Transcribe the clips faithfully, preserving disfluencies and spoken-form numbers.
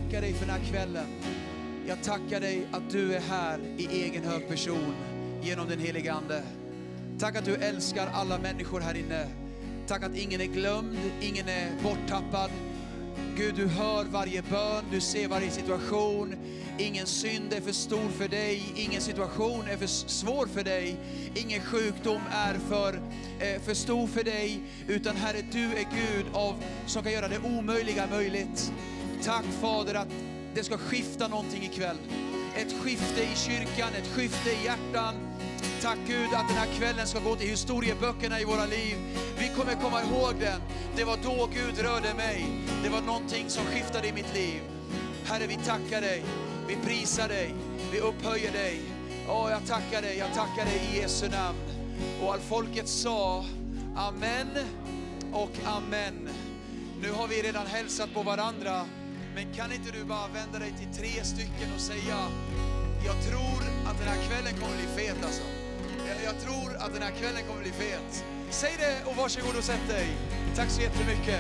tackar dig för den här kvällen. Jag tackar dig att du är här i egen hög person genom den helige Ande. Tack att du älskar alla människor här inne. Tack att ingen är glömd, ingen är borttappad. Gud, du hör varje bön, du ser varje situation. Ingen synd är för stor för dig, ingen situation är för svår för dig. Ingen sjukdom är för, eh, för stor för dig. Utan Herre, du är Gud av, som kan göra det omöjliga möjligt. Tack Fader att det ska skifta någonting ikväll. Ett skifte i kyrkan, ett skifte i hjärtan. Tack Gud att den här kvällen ska gå till historieböckerna i våra liv. Vi kommer komma ihåg den. Det var då Gud rörde mig. Det var någonting som skiftade i mitt liv. Herre, vi tackar dig. Vi prisar dig. Vi upphöjer dig. Åh, jag tackar dig. Jag tackar dig i Jesu namn. Och all folket sa amen och amen. Nu har vi redan hälsat på varandra. Men kan inte du bara vända dig till tre stycken och säga: jag tror att den här kvällen kommer bli fet alltså. Jag, jag tror att den här kvällen kommer bli fet. Säg det och varsågod och sätt dig. Tack så jättemycket.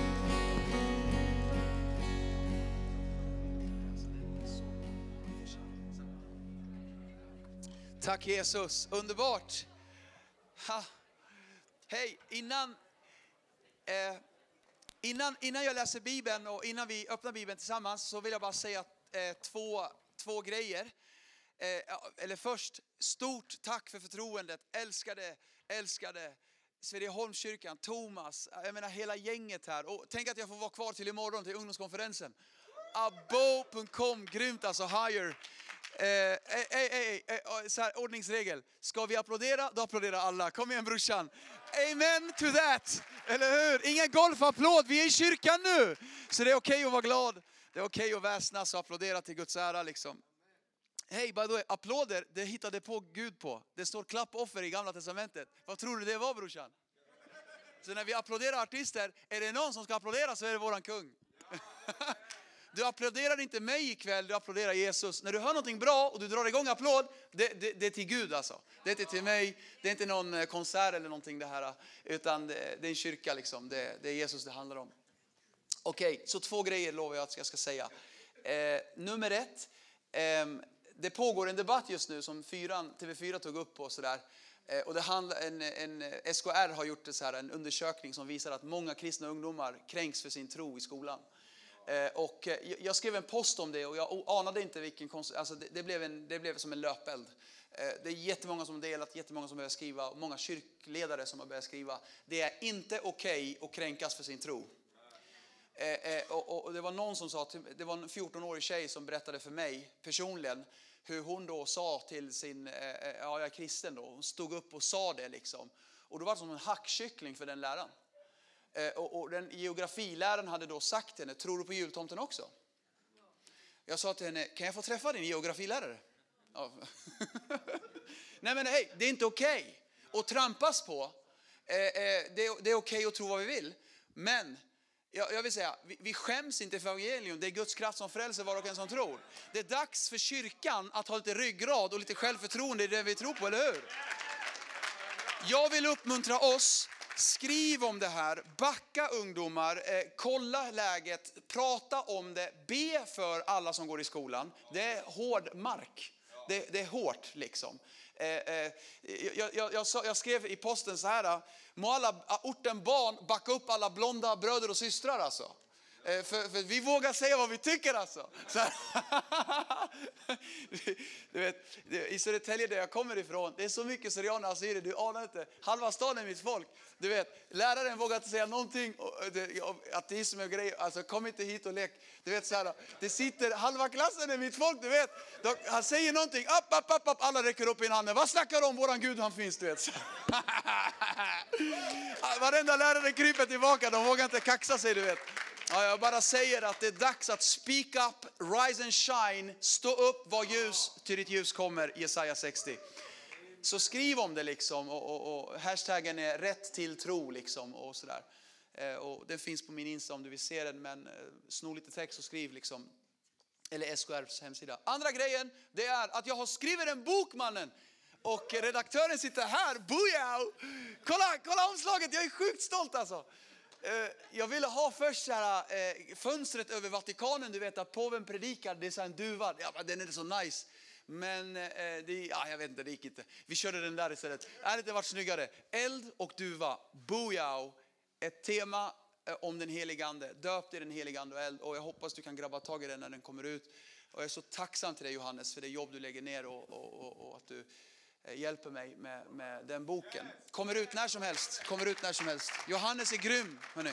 Tack Jesus, underbart. Ha. Hej, innan, eh, innan, innan jag läser Bibeln och innan vi öppnar Bibeln tillsammans så vill jag bara säga eh, två, två grejer. Eh, eller först, stort tack för förtroendet. Älskade, älskade Svedjeholmskyrkan, Thomas, jag menar hela gänget här. Och tänk att jag får vara kvar till imorgon till ungdomskonferensen. abo punkt com, grymt alltså, higher. Eh, eh, eh, eh, eh, så här, ordningsregel. Ska vi applådera? Då applåderar alla. Kom igen brorsan. Amen to that. Eller hur? Ingen golfapplåd. Vi är i kyrkan nu. Så det är okej att vara glad. Det är okej att väsnas och applådera till Guds ära liksom. Hej, by the way, applåder, det hittade på Gud på. Det står klappoffer i Gamla testamentet. Vad tror du det var brorsan? Så när vi applåderar artister, är det någon som ska applådera så är det våran kung. Du applåderar inte mig ikväll, du applåderar Jesus. När du hör någonting bra och du drar igång applåd, det, det, det är till Gud alltså. Det är inte till mig, det är inte någon konsert eller någonting det här. Utan det, det är en kyrka liksom, det, det är Jesus det handlar om. Okej, okay, så två grejer lovar jag att jag ska säga. Eh, nummer ett, eh, det pågår en debatt just nu som fyran, T V fyra tog upp på sådär. Eh, och det handlar, en, en, S K R har gjort det så här, en undersökning som visar att många kristna ungdomar kränks för sin tro i skolan. Eh, och jag skrev en post om det och jag anade inte vilken konst, alltså det, det, blev en, det blev som en löpeld. Eh, det är jättemånga som har delat, jättemånga som börjar skriva och många kyrkledare som har börjat skriva. Det är inte okej att kränkas för sin tro. Eh, eh, och, och det var någon som sa, det var en fjorton-årig tjej som berättade för mig personligen hur hon då sa till sin, eh, ja jag är kristen då, hon stod upp och sa det liksom. Och då var det som en hackkyckling för den läraren. Eh, och, och den geografiläraren hade då sagt till henne, tror du på jultomten också? Jag sa till henne, kan jag få träffa din geografilärare? Ja. Nej men hej, det är inte okej okay att trampas på. Eh, eh, det, det är okej okay att tro vad vi vill. Men jag, jag vill säga, vi, vi skäms inte för evangelium. Det är Guds kraft som frälser var och en som tror. Det är dags för kyrkan att ha lite ryggrad och lite självförtroende i det vi tror på, eller hur? Jag vill uppmuntra oss. Skriv om det här, backa ungdomar, eh, kolla läget, prata om det, be för alla som går i skolan. Det är hård mark, det, det är hårt liksom. Eh, eh, jag, jag, jag, jag skrev i posten så här, må alla orten barn backa upp alla blonda bröder och systrar alltså. För, för vi vågar säga vad vi tycker alltså. Så här. Du vet, i Södertälje där jag kommer ifrån, det är så mycket syrianer och assyrier, du anar inte. Halva staden är mitt folk. Du vet, läraren vågar inte säga någonting. Och det, ateism och grejer, alltså kom inte hit och lek. Du vet så här, det sitter, halva klassen är mitt folk, du vet. De, han säger någonting, upp, upp, upp, upp, alla räcker upp i handen. Vad snackar de om? Våran Gud, han finns, du vet. Varenda lärare kryper tillbaka, de vågar inte kaxa sig, du vet. Ja, jag bara säger att det är dags att speak up, rise and shine, stå upp, var ljus, till ditt ljus kommer, Jesaja sextio. Så skriv om det liksom, och, och, och hashtaggen är rätt till tro liksom, och sådär. Eh, och den finns på min Insta om du vill se den, men eh, sno lite text och skriv liksom, eller S K R:s hemsida. Andra grejen, det är att jag har skrivit en bok, mannen. Och redaktören sitter här, booyah! Kolla, kolla omslaget, jag är sjukt stolt alltså. Eh, Jag ville ha först så här, eh, fönstret över Vatikanen, du vet att påven predikar, det är så här en duva. Ja, men den är inte så nice. Men eh, det, ja, jag vet inte, det gick inte. Vi körde den där istället. Det hade inte varit snyggare. Eld och duva, bojao, ett tema eh, om den helige ande. Döpt i den helige ande och eld. Och jag hoppas du kan grabba tag i den när den kommer ut. Och jag är så tacksam till dig, Johannes, för det jobb du lägger ner och, och, och, och att du eh, hjälper mig med, med den boken. Kommer ut när som helst. Kommer ut när som helst. Johannes är grym, hörni.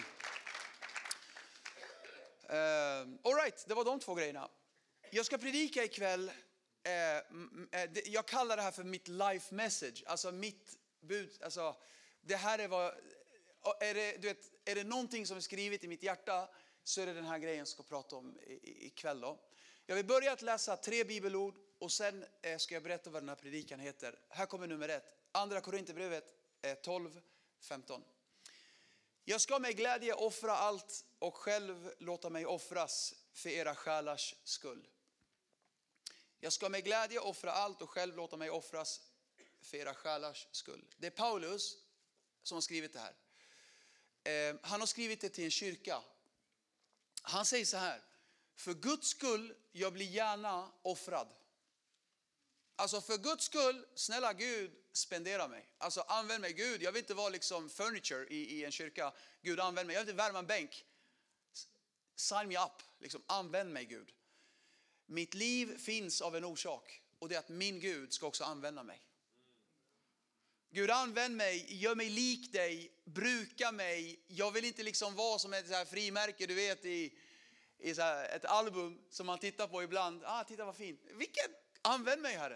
Uh, all right, det var de två grejerna. Jag ska predika ikväll. Uh, jag kallar det här för mitt life message. Alltså mitt bud. Alltså, det här är vad... Är det, du vet, är det någonting som är skrivet i mitt hjärta, så är det den här grejen jag ska prata om ikväll då. Jag vill börja att läsa tre bibelord och sen ska jag berätta vad den här predikan heter. Här kommer nummer ett. Andra Korinthierbrevet tolv femton. Jag ska med glädje offra allt och själv låta mig offras för era själars skull. Jag ska med glädje offra allt och själv låta mig offras för era själars skull. Det är Paulus som har skrivit det här. Eh, han har skrivit det till en kyrka. Han säger så här: för Guds skull, jag blir gärna offrad. Alltså för Guds skull, snälla Gud, spendera mig. Alltså använd mig Gud. Jag vill inte vara liksom furniture i, i en kyrka. Gud, använd mig. Jag vill inte värma en bänk. Sign me up. Liksom, använd mig Gud. Mitt liv finns av en orsak. Och det är att min Gud ska också använda mig. Gud, använd mig, gör mig lik dig, bruka mig. Jag vill inte liksom vara som ett så här frimärke, du vet, i, i så här ett album som man tittar på ibland. Ah, titta vad fint. Vilken, använd mig, Herre.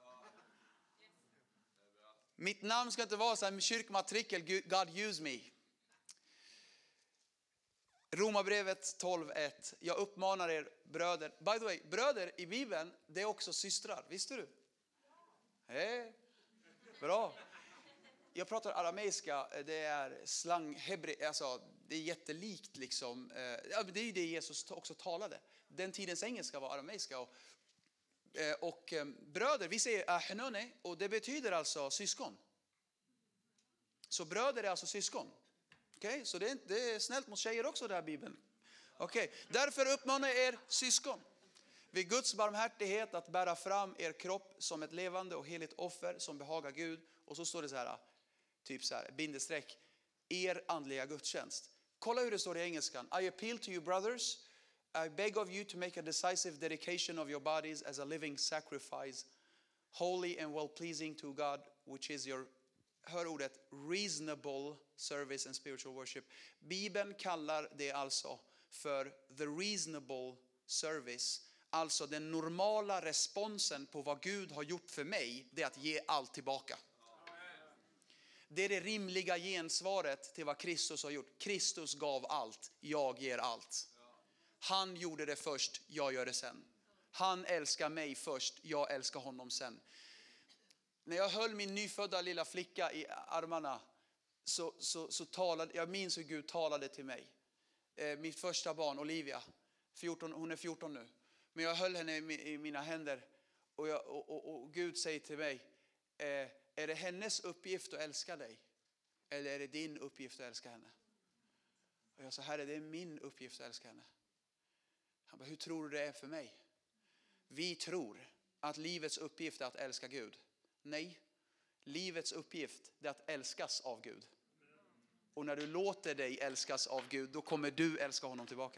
Mitt namn ska inte vara så här kyrkmatrikel, God use me. Romarbrevet tolv ett. Jag uppmanar er bröder. By the way, bröder i Bibeln, det är också systrar. Visste du? Hey. Bra. Jag pratar arameiska, det är slang, hebre, alltså det är jättelikt liksom. Ja, det är ju det Jesus också talade. Den tidens engelska var arameiska. Och, och bröder, vi säger ahenone, och det betyder alltså syskon. Så bröder är alltså syskon. Okej, okay? Så det är, det är snällt mot tjejer också, där Bibeln. Okej, okay. Därför uppmanar jag er syskon vid Guds barmhärtighet att bära fram er kropp som ett levande och heligt offer som behagar Gud. Och så står det så här, typ så här, bindestreck, er andliga gudstjänst. Kolla hur det står i engelskan. I appeal to you brothers, I beg of you to make a decisive dedication of your bodies as a living sacrifice, holy and well pleasing to God, which is your, hör ordet, reasonable service and spiritual worship. Bibeln kallar det alltså för the reasonable service. Alltså den normala responsen på vad Gud har gjort för mig, det är att ge allt tillbaka. Det är det rimliga gensvaret till vad Kristus har gjort. Kristus gav allt, jag ger allt. Han gjorde det först, jag gör det sen. Han älskar mig först, jag älskar honom sen. När jag höll min nyfödda lilla flicka i armarna så, så, så talade, jag minns hur Gud talade till mig. Eh, mitt första barn, Olivia, fjorton, hon är fjorton nu. Men jag höll henne i, i mina händer och, jag, och, och, och Gud säger till mig, eh, är det hennes uppgift att älska dig? Eller är det din uppgift att älska henne? Och jag sa, Herre, det är min uppgift att älska henne. Han bara, hur tror du det är för mig? Vi tror att livets uppgift är att älska Gud. Nej, livets uppgift är att älskas av Gud. Och när du låter dig älskas av Gud, då kommer du älska honom tillbaka.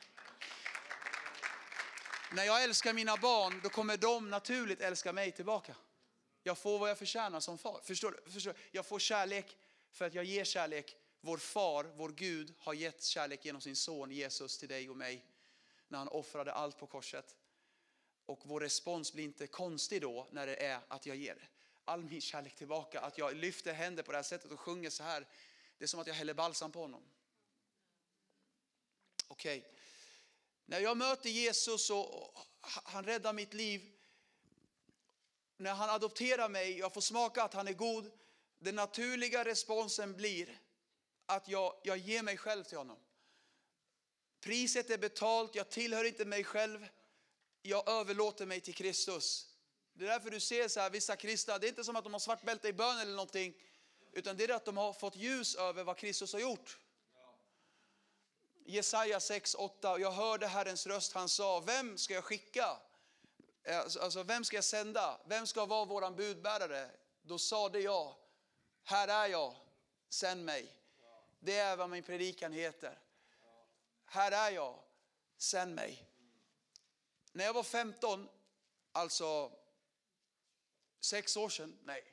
När jag älskar mina barn, då kommer de naturligt älska mig tillbaka. Jag får vad jag förtjänar som far. Förstår du? Förstår du? Jag får kärlek för att jag ger kärlek. Vår far, vår Gud, har gett kärlek genom sin son Jesus till dig och mig. När han offrade allt på korset. Och vår respons blir inte konstig då när det är att jag ger all min kärlek tillbaka. Att jag lyfter händer på det här sättet och sjunger så här. Det är som att jag häller balsam på honom. Okej. Okay. När jag möter Jesus och han räddar mitt liv. När han adopterar mig, jag får smaka att han är god. Den naturliga responsen blir att jag, jag ger mig själv till honom. Priset är betalt, jag tillhör inte mig själv. Jag överlåter mig till Kristus. Det är därför du ser så här, vissa kristna, det är inte som att de har svart bälte i bön eller någonting. Utan det är att de har fått ljus över vad Kristus har gjort. Jesaja sex åtta. Och jag hörde Herrens röst. Han sa, vem ska jag skicka? Alltså, vem ska jag sända? Vem ska vara våran budbärare? Då sade jag, här är jag, sänd mig. Det är vad min predikan heter. Här är jag, sänd mig. När jag var femton, alltså sex år sedan, nej.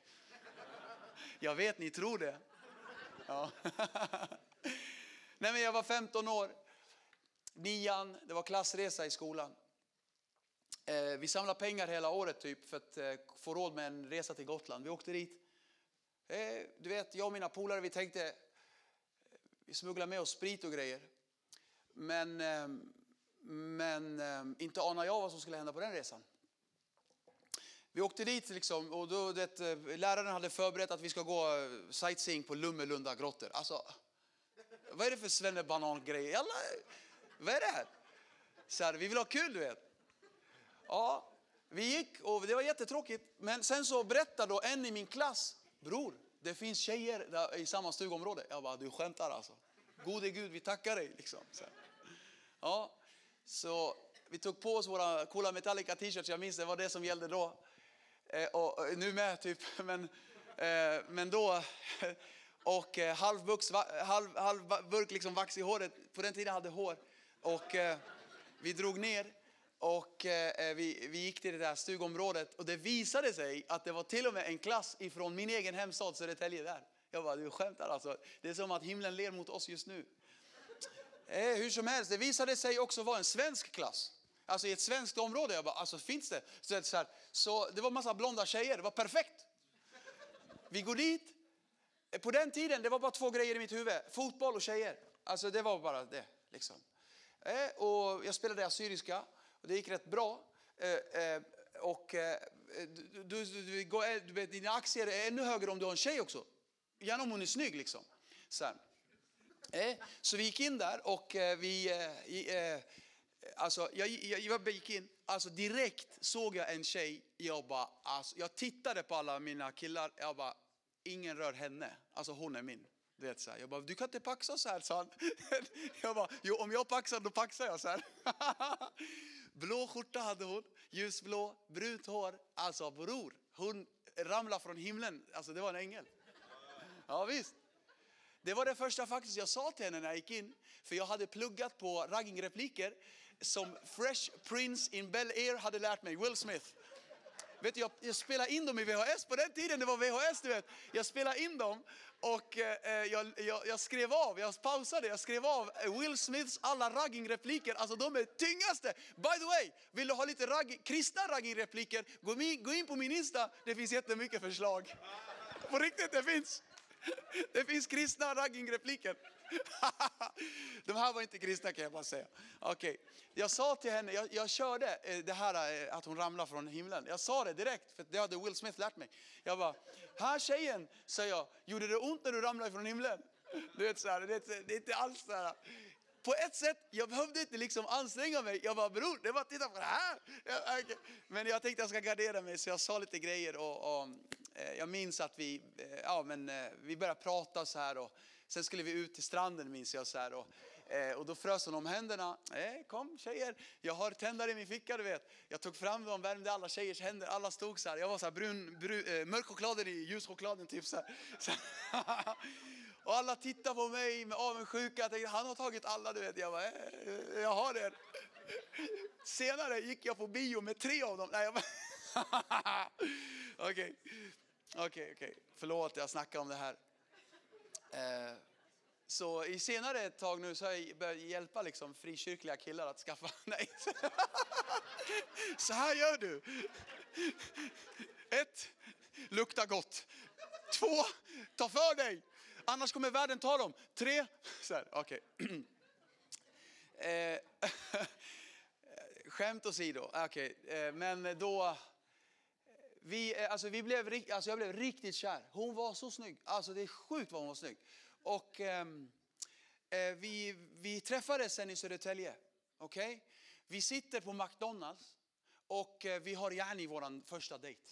Jag vet, ni tror det. Ja. Nej, men jag var femton år, nian, det var klassresa i skolan. Eh, vi samlade pengar hela året typ för att eh, få råd med en resa till Gotland. Vi åkte dit. Eh, du vet, jag och mina polare, vi tänkte, eh, vi smugglade med oss sprit och grejer. Men, eh, men eh, inte anar jag vad som skulle hända på den resan. Vi åkte dit liksom, och då, det, läraren hade förberett att vi ska gå sightseeing på Lummelunda grottor. Alltså, vad är det för svennebanan-grejer? Alla, vad är det här? Så här, vi vill ha kul, du vet. Ja, vi gick och det var jättetråkigt. Men sen så berättade då en i min klass, bror, det finns tjejer där i samma stugområde. Jag bara, du skämtar alltså. Gode Gud, vi tackar dig liksom. Så, ja, så vi tog på oss våra coola Metallica t-shirts, jag minns det var det som gällde då. Eh, och, och nu med typ, men, eh, men då, och eh, halv, bux, halv, halv burk liksom vax i håret, på den tiden hade hår. Och eh, vi drog ner och eh, vi, vi gick till det där stugområdet och det visade sig att det var till och med en klass ifrån min egen hemstad Södertälje där. Jag bara, du skämtar alltså. Det är som att himlen ler mot oss just nu. Eh, hur som helst, det visade sig också vara en svensk klass. Alltså i ett svenskt område. Jag bara, alltså finns det? Så det, så här, så det var en massa blonda tjejer, det var perfekt. Vi går dit. På den tiden, det var bara två grejer i mitt huvud. Fotboll och tjejer. Alltså det var bara det liksom. Eh, och jag spelade assyriska. Och det gick rätt bra. Eh, eh, och eh, du, du, du, du, du vet, dina aktier är ännu högre om du har en tjej också. Gärna om hon är snygg liksom. Så, eh, så vi gick in där och eh, vi... Eh, eh, alltså jag, jag, jag gick in. Alltså direkt såg jag en tjej. Jag bara... Alltså, jag tittade på alla mina killar. Jag bara... Ingen rör henne. Alltså hon är min. Du vet så här. Jag bara, du kan inte paxa så här, sa han. Jag bara, jo om jag paxar då paxar jag så här. Blå skjorta hade hon. Ljusblå, brunt hår. Alltså bror. Hon ramlade från himlen. Alltså det var en ängel. Ja visst. Det var det första faktiskt jag sa till henne när jag gick in. För jag hade pluggat på raggingrepliker. Som Fresh Prince in Bel-Air hade lärt mig. Will Smith. Vet du, jag, jag spelade in dem i V H S på den tiden. Det var V H S, du vet. Jag spelade in dem och eh, jag, jag, jag skrev av. Jag pausade. Jag skrev av Will Smiths alla raggingrepliker. Alltså de är tyngaste. By the way, vill du ha lite ragging, kristna raggingrepliker? Gå, gå in på min Insta. Det finns jättemycket förslag. På riktigt, det finns. Det finns kristna raggingrepliker. De här var inte kristna kan jag bara säga. Okej, okay. Jag sa till henne, jag, jag körde det här att hon ramlar från himlen. Jag sa det direkt för det hade Will Smith lärt mig. Jag bara, här tjejen, sa jag, gjorde det ont när du ramlade från himlen? Du vet så här, det, det är inte alls så här. På ett sätt, jag behövde inte liksom anstränga mig. Jag bara, bror, det var titta på det här. Jag, okay. Men jag tänkte jag ska gardera mig så jag sa lite grejer och, och eh, jag minns att vi, eh, ja, men, eh, vi började prata så här och sen skulle vi ut till stranden minns jag så här och, eh, och då frös hon om händerna. Eh, kom tjejer, jag har tändare i min ficka du vet. Jag tog fram dem, värmde alla tjejers händer, alla stod så här. Jag var så här brun, brun eh, mörk chokladen i ljuschokladen typ så här. Så här. Och alla tittar på mig med avundsjuka. Jag tänkte, han har tagit alla, du vet. Jag bara, eh, jag har det. Senare gick jag på bio med tre av dem. Nej, jag bara... Okej, okej, okej. Förlåt, jag snackar om det här. Eh, så i senare ett tag nu så har jag börjat hjälpa liksom frikyrkliga killar att skaffa... Nej. Så här gör du. Ett, lukta gott. Två, ta för dig. Annars kommer världen ta dem. Tre, så här, okej. Okay. eh, skämt åsido, okej. Okay. Eh, men då, vi, alltså vi blev, alltså jag blev riktigt kär. Hon var så snygg. Alltså det är sjukt vad hon var snygg. Och eh, vi, vi träffades sen i Södertälje. Okej. Okay? Vi sitter på McDonalds och vi har gärna i våran första dejt.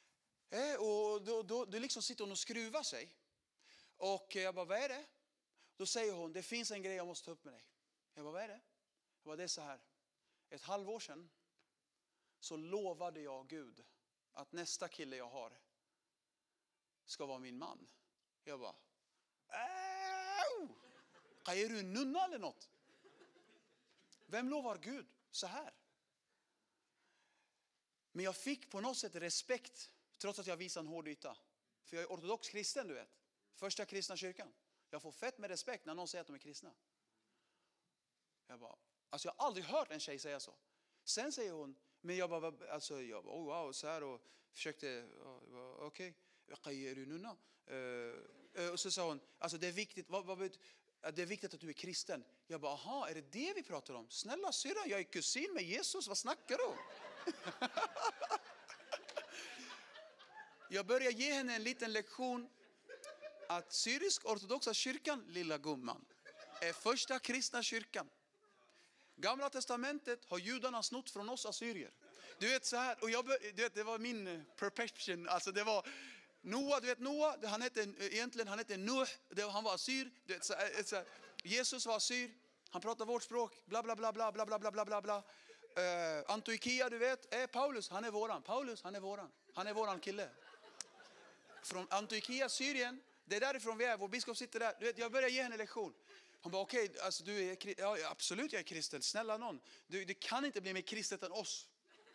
Eh, och då, då, då liksom sitter hon och skruvar sig. Och jag bara, vad är det? Då säger hon, det finns en grej jag måste ta upp med dig. Jag bara, vad är det? Jag bara, det är så här. Ett halvår sedan så lovade jag Gud att nästa kille jag har ska vara min man. Jag bara, Åh! Är du en nunna eller något? Vem lovar Gud så här? Men jag fick på något sätt respekt trots att jag visade en hård yta. För jag är ortodox kristen, du vet. Första kristna kyrkan. Jag får fett med respekt när någon säger att de är kristna. Jag bara, alltså jag har aldrig hört en tjej säga så. Sen säger hon, men jag bara, alltså jag bara, oh wow, så här och försökte, okej, okay, är du nunna? Uh, och så sa hon, alltså det är viktigt, vad, vad, det är viktigt att du är kristen. Jag bara, aha, är det det vi pratar om? Snälla syrra, jag är kusin med Jesus, vad snackar du om? Jag börjar ge henne en liten lektion att syrisk ortodoxa kyrkan, lilla gumman, är första kristna kyrkan. Gamla testamentet har judarna snott från oss assyrier. Du vet så här, och jag, du vet, det var min perception, alltså det var Noa, du vet Noa, han hette egentligen han hette Nuh, han var assyr, du vet så här, så här, Jesus var assyr, han pratade vårt språk, bla bla bla bla bla bla bla bla bla. Uh, Antiochia, du vet, är Paulus, han är våran. Paulus, han är våran. Han är våran kille. Från Antiochia, Syrien, det är därifrån vi är, vår biskop sitter där. Du vet, jag börjar ge henne lektion. Han bara, okej, okay, alltså du är, ja, absolut jag är kristen, snälla någon. Du, det kan inte bli mer kristet än oss.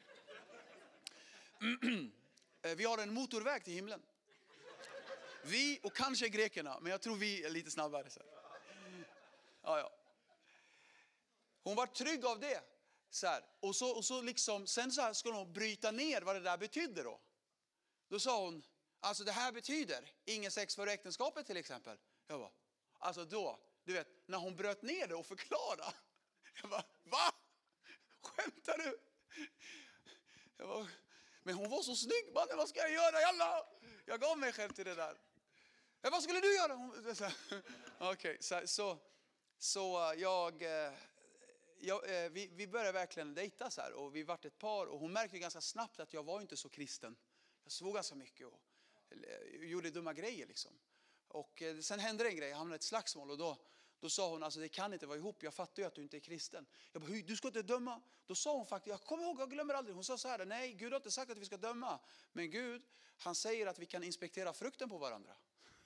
Vi har en motorväg till himlen. Vi och kanske grekerna, men jag tror vi är lite snabbare. Så. Ja, ja. Hon var trygg av det. Så här. Och, så, och så liksom, sen så här skulle hon bryta ner vad det där betydde då. Då sa hon, alltså det här betyder ingen sex före äktenskapet till exempel. Jag bara, alltså då, du vet, när hon bröt ner det och förklarade. Jag bara, va? Skämtar du? Jag bara, men hon var så snygg, mannen, vad ska jag göra? Jalla! Jag gav mig själv till det där. Ja, vad skulle du göra? Okej, okay, så, så, så jag... Ja, vi, vi började verkligen dejta så här och vi vart ett par och hon märkte ganska snabbt att jag var inte så kristen. Jag svor ganska mycket och gjorde dumma grejer liksom. Och sen hände det en grej, jag hamnade i ett slagsmål och då, då sa hon, alltså det kan inte vara ihop, jag fattar ju att du inte är kristen. Jag bara, du ska inte döma. Då sa hon faktiskt, jag kommer ihåg, jag glömmer aldrig, hon sa så här, nej Gud har inte sagt att vi ska döma. Men Gud, han säger att vi kan inspektera frukten på varandra.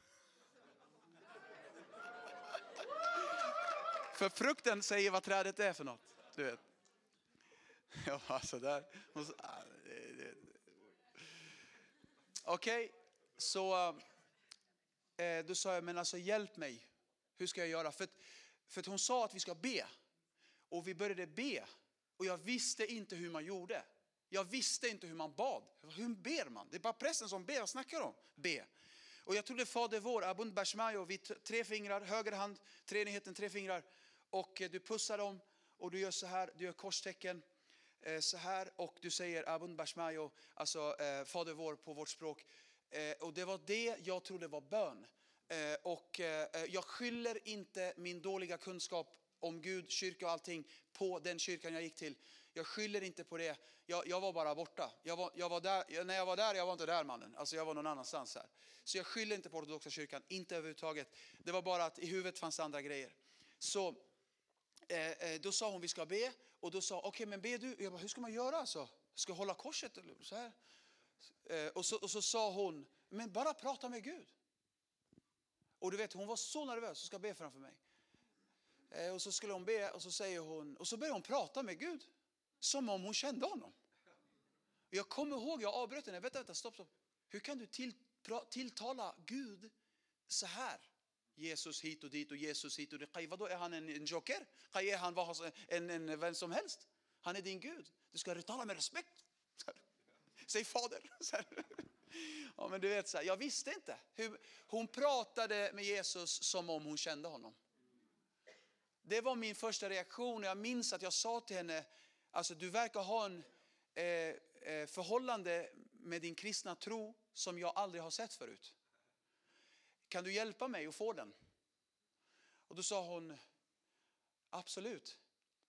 För frukten säger vad trädet är för något, du vet. Jag var så där. Okej, okay, så eh, då sa jag, men alltså hjälp mig. Hur ska jag göra? För, att, för att hon sa att vi ska be. Och vi började be. Och jag visste inte hur man gjorde. Jag visste inte hur man bad. Hur ber man? Det är bara prästen som ber, jag snackar om. Be. Och jag trodde Fader vår, Abund Bashmayo, vi tre fingrar, höger hand, treenigheten, tre fingrar. Och du pussar dem och du gör så här, du gör korstecken eh, så här och du säger Abund Bashmayo, alltså eh, Fader vår på vårt språk. Eh, och det var det jag trodde var bön. Eh, och eh, jag skyller inte min dåliga kunskap om Gud, kyrka och allting på den kyrkan jag gick till. Jag skyller inte på det. Jag, jag var bara borta. Jag var, jag var där, när jag var där, jag var inte där mannen. Alltså jag var någon annanstans här. Så jag skyller inte på ortodoxa kyrkan, inte överhuvudtaget. Det var bara att i huvudet fanns andra grejer. Så eh, då sa hon vi ska be. Och då sa okej okay, men be du. Jag bara, hur ska man göra alltså? Ska jag hålla korset eller så här? Eh, och, så, och så sa hon, men bara prata med Gud. Och du vet, hon var så nervös, så ska be framför mig. Eh, och så skulle hon be och så säger hon, och så börjar hon prata med Gud. Som om hon kände honom. Jag kommer ihåg, jag avbröt henne. Vänta, vänta, stopp, stopp. Hur kan du till, pra, tilltala Gud så här? Jesus hit och dit och Jesus hit och dit. Vadå, är han en, en joker? Är han vad, en, en vän som helst? Han är din Gud. Du ska tala med respekt. Säg fader. Ja, men du vet, så här, jag visste inte. Hur, hon pratade med Jesus som om hon kände honom. Det var min första reaktion. Jag minns att jag sa till henne, alltså du verkar ha en eh, eh, förhållande med din kristna tro som jag aldrig har sett förut. Kan du hjälpa mig att få den? Och då sa hon, absolut.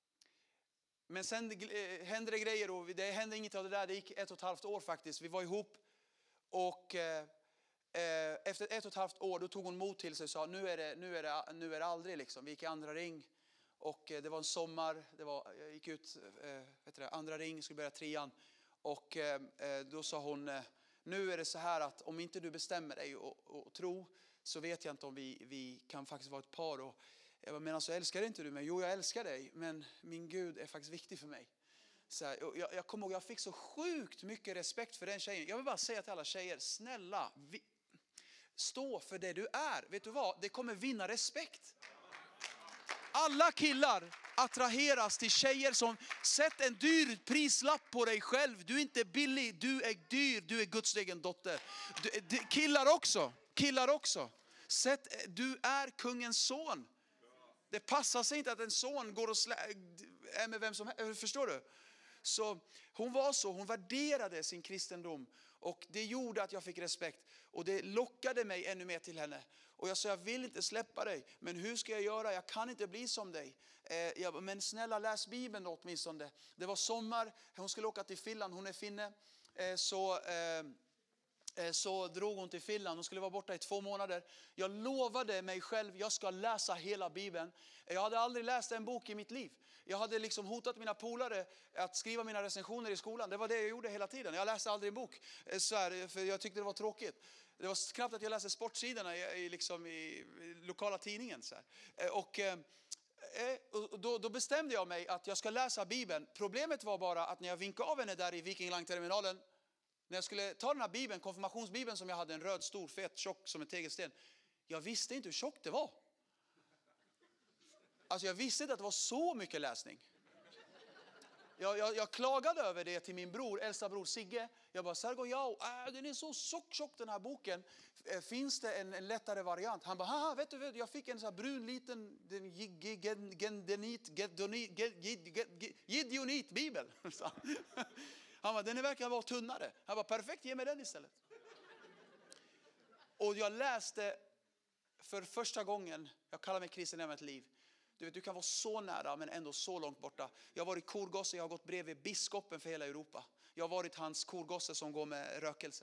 Men sen eh, hände det grejer och det hände inget av det där. Det gick ett och ett halvt år faktiskt. Vi var ihop och eh, eh, efter ett och ett halvt år då tog hon mod till sig och sa nu är det, nu är det, nu är det aldrig liksom. Vi gick i andra ring och eh, det var en sommar. Det var, jag gick ut eh, vet du det, andra ring, skulle börja trean. Och eh, då sa hon, eh, nu är det så här att om inte du bestämmer dig och, och, och tro så vet jag inte om vi, vi kan faktiskt vara ett par. Och jag bara, men alltså älskar inte du mig? Jo, jag älskar dig, men min Gud är faktiskt viktig för mig. Så här, jag, jag kommer ihåg, jag fick så sjukt mycket respekt för den tjejen. Jag vill bara säga till alla tjejer, snälla, vi, stå för det du är. Vet du vad? Det kommer vinna respekt. Alla killar attraheras till tjejer som sätter en dyr prislapp på dig själv. Du är inte billig, du är dyr, du är Guds egen dotter. Du, du, killar också, killar också. Sätt, du är kungens son. Det passar sig inte att en son går och slä, är med vem som helst, förstår du? Så hon var så, hon värderade sin kristendom och det gjorde att jag fick respekt och det lockade mig ännu mer till henne. Och jag sa, jag vill inte släppa dig, men hur ska jag göra? Jag kan inte bli som dig. Eh, jag, men snälla läs Bibeln åtminstone. Det var sommar, hon skulle åka till Finland, hon är finne. Eh, så... Eh, Så drog hon till Finland. Hon skulle vara borta i två månader. Jag lovade mig själv, jag ska läsa hela Bibeln. Jag hade aldrig läst en bok i mitt liv. Jag hade liksom hotat mina polare att skriva mina recensioner i skolan. Det var det jag gjorde hela tiden. Jag läste aldrig en bok. Så här, för jag tyckte det var tråkigt. Det var knappt att jag läste sportsidorna i, i, liksom i, i lokala tidningen. Så här. Och... Och då, då bestämde jag mig att jag ska läsa Bibeln. Problemet var bara att när jag vinkade av henne där i Viking Line-terminalen, när jag skulle ta den här Bibeln, konfirmationsbibeln som jag hade, en röd, stor, fet, tjock som en tegelsten. Jag visste inte hur tjockt det var. Alltså jag visste inte att det var så mycket läsning. Jag, jag, jag klagade över det till min bror, äldsta bror Sigge. Jag bara, Sergo, ja, äh, den är så tjock, tjock den här boken. Finns det en, en lättare variant? Han bara, haha, vet du, vet du jag fick en sån här brun liten Gideonit-bibel. Han bara, den verkar vara tunnare. Han bara, perfekt, ge mig den istället. Och jag läste för första gången, jag kallar mig kristen i mitt liv. Du vet, du kan vara så nära men ändå så långt borta. Jag har varit korgosse, jag har gått bredvid biskopen för hela Europa. Jag har varit hans korgosse som går med rökelse.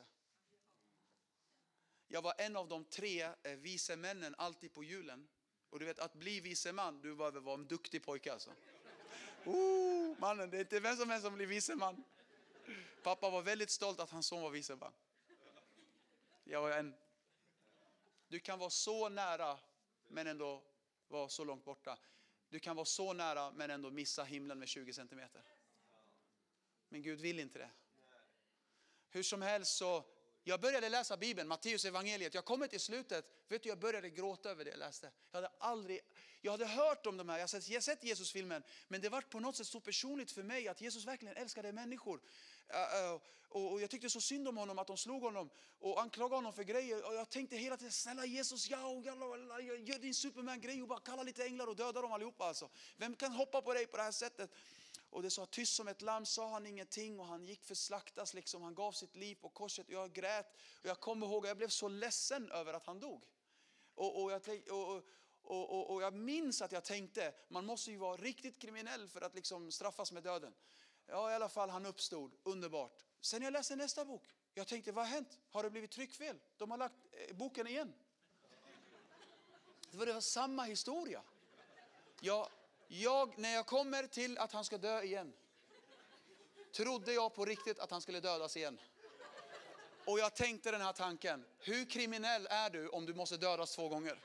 Jag var en av de tre vise männen alltid på julen. Och du vet, att bli vise man, du behöver vara en duktig pojke alltså. Oh, mannen, det är inte vem som helst som blir vise man. Pappa var väldigt stolt att hans son var vise man. Jag var en. Du kan vara så nära men ändå vara så långt borta. Du kan vara så nära men ändå missa himlen med tjugo centimeter. Men Gud vill inte det. Hur som helst så, jag började läsa Bibeln, Matteus evangeliet. Jag kom till slutet, vet du, jag började gråta över det jag läste. Jag hade aldrig, jag hade hört om de här, jag har sett, jag har sett Jesus-filmen. Men det var på något sätt så personligt för mig att Jesus verkligen älskade människor. Uh, uh, och, och jag tyckte så synd om honom att de slog honom och anklagade honom för grejer. Och jag tänkte hela tiden, snälla Jesus, ja, ja, gör din Superman-grej och bara kalla lite änglar och döda dem allihopa. Alltså. Vem kan hoppa på dig på det här sättet? Och det sa, tyst som ett lamm sa han ingenting och han gick för slaktas liksom. Han gav sitt liv på korset och jag grät. Och jag kommer ihåg, jag blev så ledsen över att han dog. Och, och, jag, tänk, och, och, och, och jag minns att jag tänkte, man måste ju vara riktigt kriminell för att liksom straffas med döden. Ja, i alla fall, han uppstod. Underbart. Sen jag läste nästa bok. Jag tänkte, vad har hänt? Har det blivit tryckfel? De har lagt eh, boken igen. Det var, det var samma historia. Jag, jag, när jag kommer till att han ska dö igen, trodde jag på riktigt att han skulle dödas igen. Och jag tänkte den här tanken. Hur kriminell är du om du måste dödas två gånger?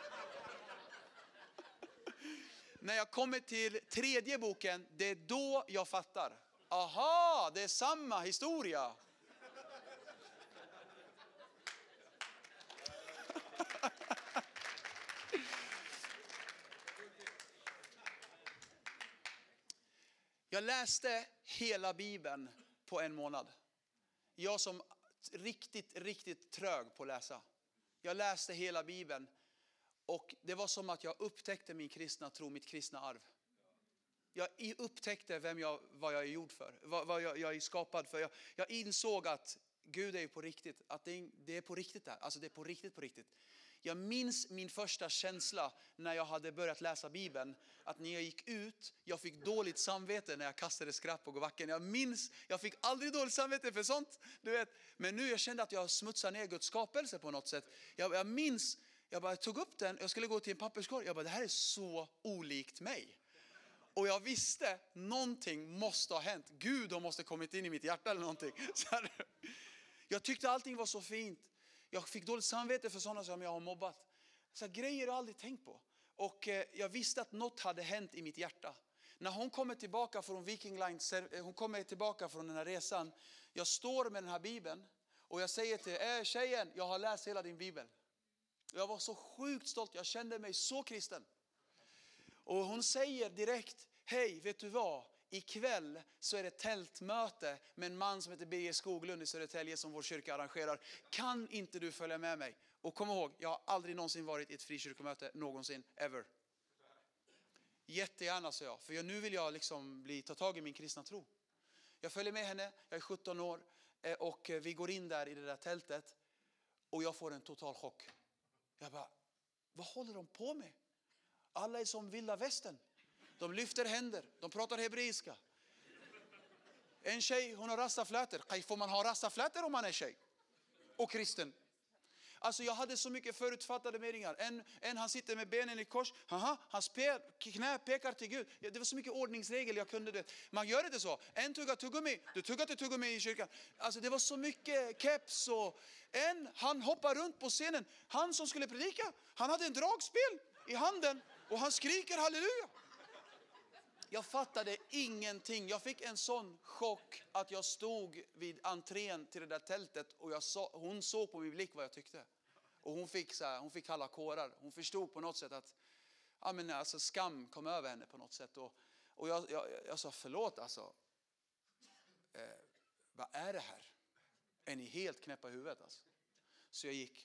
När jag kommer till tredje boken, det är då jag fattar. Aha, det är samma historia. Jag läste hela Bibeln på en månad. Jag som riktigt, riktigt trög på att läsa. Jag läste hela Bibeln. Och det var som att jag upptäckte min kristna tro, mitt kristna arv. Jag upptäckte vem jag, vad jag är gjord för, vad, vad jag, jag är skapad för. Jag, jag insåg att Gud är på riktigt, att det är, det är på riktigt där. Alltså det är på riktigt, på riktigt. Jag minns min första känsla när jag hade börjat läsa Bibeln. Att när jag gick ut, jag fick dåligt samvete när jag kastade skräp på backen. Jag minns, jag fick aldrig dåligt samvete för sånt. Du vet. Men nu jag kände att jag smutsade ner Guds skapelse på något sätt. Jag, jag minns, jag bara tog upp den, jag skulle gå till en papperskorg. Jag bara, det här är så olikt mig. Och jag visste, någonting måste ha hänt. Gud har måste kommit in i mitt hjärta eller någonting. Så här, jag tyckte allting var så fint. Jag fick dåligt samvete för sådana som jag har mobbat. Så här, grejer jag aldrig tänkt på. Och eh, jag visste att något hade hänt i mitt hjärta. När hon kommer tillbaka från Viking Line, hon kommer tillbaka från den här resan. Jag står med den här Bibeln. Och jag säger till äh, tjejen, jag har läst hela din Bibel. Jag var så sjukt stolt, jag kände mig så kristen. Och hon säger direkt, hej, vet du vad? Ikväll så är det tältmöte med en man som heter Birger Skoglund i Södertälje som vår kyrka arrangerar. Kan inte du följa med mig? Och kom ihåg, jag har aldrig någonsin varit i ett frikyrkomöte, någonsin, ever. Jättegärna, sa jag, för nu vill jag liksom bli, ta tag i min kristna tro. Jag följer med henne, jag är sjutton år och vi går in där i det där tältet och jag får en total chock. Jag bara, vad håller de på med? Alla är som vilda västern. De lyfter händer. De pratar hebreiska. En tjej, hon har rastaflätor. Får man ha rastaflätor om man är tjej? Och kristen. Alltså jag hade så mycket förutfattade meningar. En, en han sitter med benen i kors. Aha, hans pe, knä pekar till Gud. Det var så mycket ordningsregel jag kunde det. Man gör inte så. En tuggar tuggummi. Du tuggar till tuggummi i kyrkan. Alltså det var så mycket keps. Och en, han hoppar runt på scenen. Han som skulle predika. Han hade en dragspel i handen. Och han skriker halleluja. Jag fattade ingenting. Jag fick en sån chock att jag stod vid entrén till det där tältet. Och jag så, hon såg på min blick vad jag tyckte. Och hon fick, så här, hon fick kalla kårar. Hon förstod på något sätt att ja, men alltså, skam kom över henne på något sätt. Och, och jag, jag, jag sa förlåt alltså. Eh, vad är det här? Är ni helt knäppa i huvudet alltså? Så jag gick.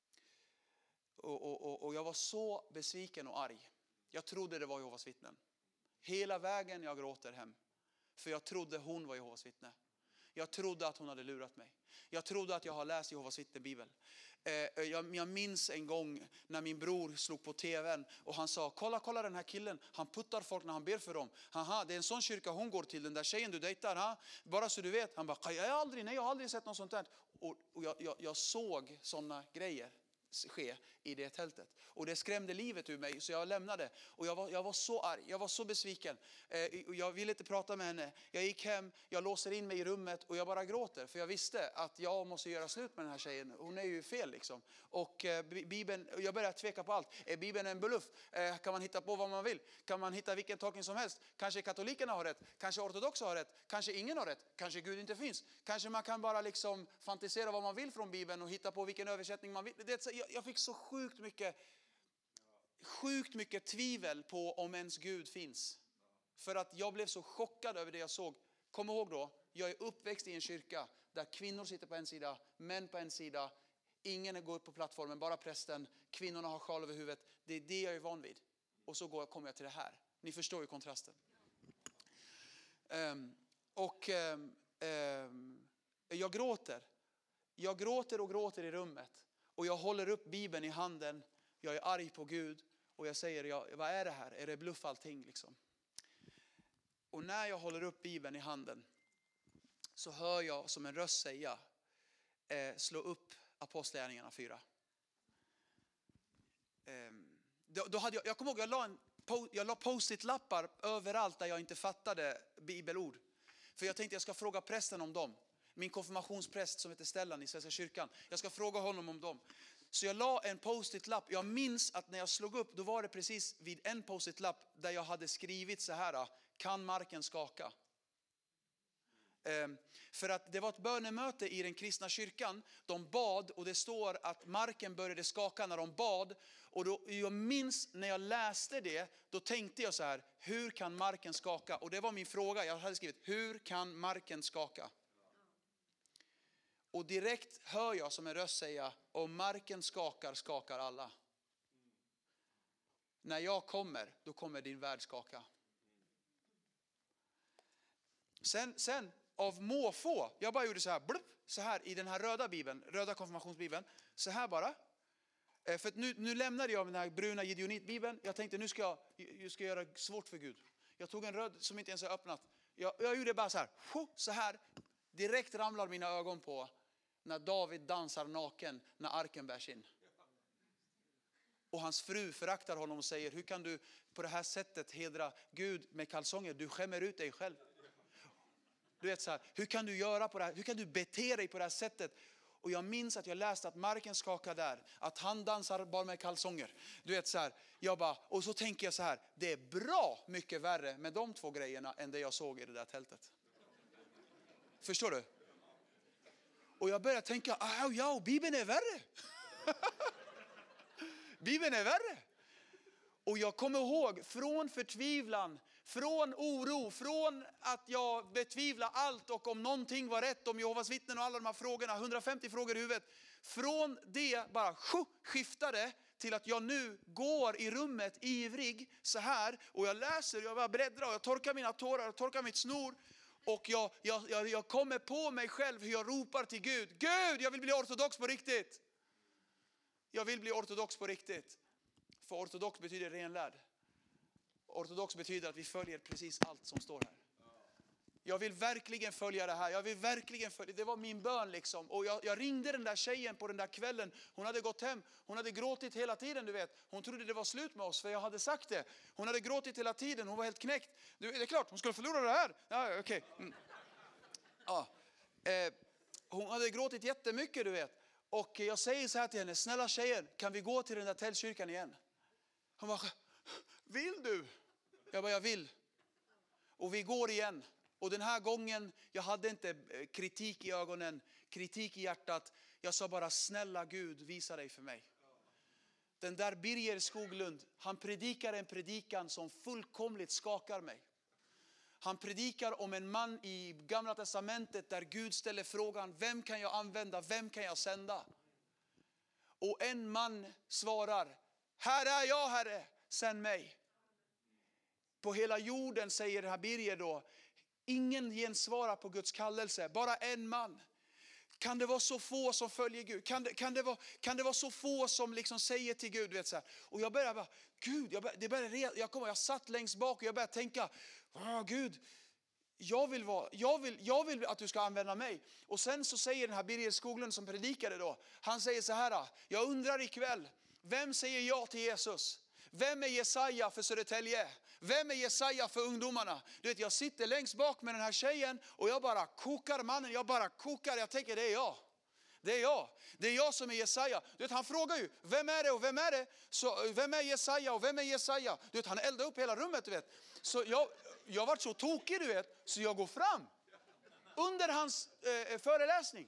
Och, och, och, och jag var så besviken och arg. Jag trodde det var Jehovas vittnen. Hela vägen jag gråter hem. För jag trodde hon var Jehovas vittne. Jag trodde att hon hade lurat mig. Jag trodde att jag har läst Jehovas vittne Bibel. Eh, jag, jag minns en gång när min bror slog på tvn. Och han sa, kolla, kolla den här killen. Han puttar folk när han ber för dem. Haha, det är en sån kyrka hon går till. Den där tjejen du dejtar. Ha? Bara så du vet. Han bara, jag har aldrig, nej, jag har aldrig sett något sånt där. Och, och jag, jag, jag såg såna grejer ske i det tältet. Och det skrämde livet ur mig så jag lämnade. Och jag var, jag var så arg, jag var så besviken. Eh, jag ville inte prata med henne. Jag gick hem, jag låser in mig i rummet och jag bara gråter. För jag visste att jag måste göra slut med den här tjejen. Hon är ju fel liksom. Och eh, Bibeln, jag började tveka på allt. Är Bibeln en bluff? Eh, kan man hitta på vad man vill? Kan man hitta vilken tolkning som helst? Kanske katolikerna har rätt, kanske ortodoxa har rätt, kanske ingen har rätt, kanske Gud inte finns. Kanske man kan bara liksom fantisera vad man vill från Bibeln och hitta på vilken översättning man vill. Det, jag, jag fick så sjukt mycket sjukt mycket tvivel på om ens Gud finns. För att jag blev så chockad över det jag såg. Kom ihåg då, jag är uppväxt i en kyrka där kvinnor sitter på en sida, män på en sida. Ingen går upp på plattformen, bara prästen. Kvinnorna har sjal över huvudet. Det är det jag är van vid. Och så går, kommer jag till det här. Ni förstår ju kontrasten. Um, och um, um, jag gråter. Jag gråter och gråter i rummet. Och jag håller upp Bibeln i handen. Jag är arg på Gud. Och jag säger, ja, vad är det här? Är det bluff allting liksom? Och när jag håller upp Bibeln i handen så hör jag som en röst säga, eh, slå upp Apostlagärningarna fyra. Eh, då, då hade jag, jag kommer ihåg, jag la, en, jag la post-it-lappar överallt där jag inte fattade bibelord. För jag tänkte jag ska fråga prästen om dem. Min konfirmationspräst som heter Stellan i Svenska kyrkan. Jag ska fråga honom om dem. Så jag la en post-it-lapp. Jag minns att när jag slog upp, då var det precis vid en post-it-lapp där jag hade skrivit så här: kan marken skaka? Ehm, för att det var ett bönemöte i den kristna kyrkan. De bad och det står att marken började skaka när de bad. Och då, jag minns när jag läste det, då tänkte jag så här: hur kan marken skaka? Och det var min fråga. Jag hade skrivit, hur kan marken skaka? Och direkt hör jag som en röst säga, om marken skakar, skakar alla. När jag kommer, då kommer din värld skaka. Sen, sen av måfå, jag bara gjorde så här, blup, så här i den här röda bibeln, röda konfirmationsbibeln, så här bara. Eh, För att nu, nu lämnade jag den här bruna Gideonit-bibeln. Jag tänkte nu ska jag, jag ska göra det svårt för Gud. Jag tog en röd som inte ens har öppnat. Jag, jag gjorde bara så här. Så här. Direkt ramlar mina ögon på när David dansar naken när arken bärs in. Och hans fru föraktar honom och säger, hur kan du på det här sättet hedra Gud med kalsonger? Du skämmer ut dig själv. Du vet så här, hur kan du göra på det här? Hur kan du bete dig på det här sättet? Och jag minns att jag läste att marken skakar där. Att han dansar bara med kalsonger. Du vet så här, jag bara, och så tänker jag så här, det är bra mycket värre med de två grejerna än det jag såg i det där tältet. Förstår du? Och jag börjar tänka, ah, ja, Bibeln är värre. Bibeln är värre. Och jag kommer ihåg från förtvivlan, från oro, från att jag betvivlar allt och om någonting var rätt, om Jehovas vittnen och alla de här frågorna, hundrafemtio frågor i huvudet. Från det bara skiftade till att jag nu går i rummet ivrig så här och jag läser, jag bara bläddrar och jag torkar mina tårar och torkar mitt snor. Och jag, jag, jag, jag kommer på mig själv hur jag ropar till Gud. Gud, jag vill bli ortodox på riktigt. Jag vill bli ortodox på riktigt. För ortodox betyder renlärd. Ortodox betyder att vi följer precis allt som står här. Jag vill verkligen följa det här. Jag vill verkligen följa. Det var min bön liksom. Och jag, jag ringde den där tjejen på den där kvällen. Hon hade gått hem. Hon hade gråtit hela tiden, du vet. Hon trodde det var slut med oss för jag hade sagt det. Hon hade gråtit hela tiden. Hon var helt knäckt. Du, det är klart, hon skulle förlora det här. Ja, okej. Okay. Mm. Ja. Eh, hon hade gråtit jättemycket, du vet. Och jag säger så här till henne, snälla tjejen, kan vi gå till den där tältkyrkan igen? Hon bara, vill du? Jag bara, jag vill. Och vi går igen. Och den här gången, jag hade inte kritik i ögonen, kritik i hjärtat. Jag sa bara, snälla Gud, visa dig för mig. Den där Birger Skoglund, han predikar en predikan som fullkomligt skakar mig. Han predikar om en man i Gamla testamentet där Gud ställer frågan, vem kan jag använda, vem kan jag sända? Och en man svarar, här är jag, Herre, sänd mig. På hela jorden, säger den här Birger då, ingen gensvarar på Guds kallelse, bara en man. Kan det vara så få som följer Gud? Kan det, kan det, vara, kan det vara så få som liksom säger till Gud? Vet så här. Och jag började bara, Gud, jag, började, det började, jag, kom, jag satt längst bak och jag började tänka, Gud, jag vill, vara, jag, vill, jag vill att du ska använda mig. Och sen så säger den här Birger Skoglund som predikade då, han säger så här, jag undrar ikväll, vem säger ja till Jesus? Vem är Jesaja för Södertälje? Vem är Jesaja för ungdomarna? Du vet, jag sitter längst bak med den här tjejen och jag bara kokar mannen, jag bara kokar, jag tänker det är jag. Det är jag. Det är jag som är Jesaja. Du vet, han frågar ju, vem är det och vem är det? Så, vem är Jesaja och vem är Jesaja? Du vet, han eldar upp hela rummet, du vet. Så jag, jag har varit så tokig, du vet, så jag går fram under hans eh, föreläsning.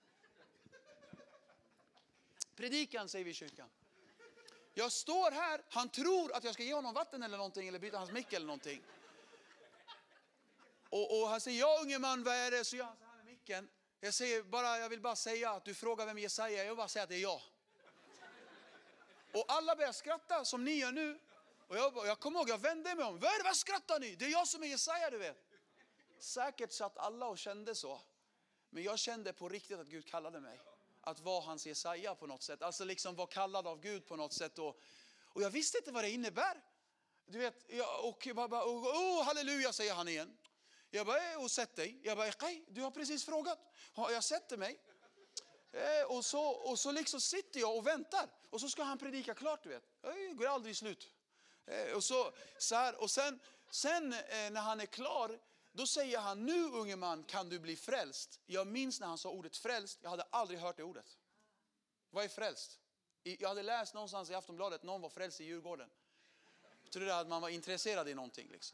Predikan, säger vi i kyrkan. Jag står här, han tror att jag ska ge honom vatten eller någonting eller byta hans mick eller någonting. Och, och han säger, ja unge man, vad är det? Så gör han så här med micken. Jag säger bara, jag vill bara säga att du frågar vem Jesaja är. Jag vill bara säga att det är jag. Och alla börjar skratta som ni gör nu. Och jag, jag kommer ihåg, jag vände mig om. Vad är det, vad skrattar ni? Det är jag som är Jesaja, du vet. Säkert satt alla och kände så. Men jag kände på riktigt att Gud kallade mig. Att vara hans Jesaja på något sätt. Alltså liksom vara kallad av Gud på något sätt. Och, och jag visste inte vad det innebär. Du vet, jag, och jag bara, och, oh, halleluja, säger han igen. Jag bara, och sätt dig. Jag bara, okay, du har precis frågat. Jag sätter mig. Eh, och, så, och så liksom sitter jag och väntar. Och så ska han predika klart, du vet. Det går aldrig slut. Eh, och så, så här, och sen, sen eh, när han är klar, då säger han, nu unge man kan du bli frälst. Jag minns när han sa ordet frälst. Jag hade aldrig hört det ordet. Vad är frälst? Jag hade läst någonstans i Aftonbladet, någon var frälst i Djurgården. Jag trodde att man var intresserad i någonting liksom.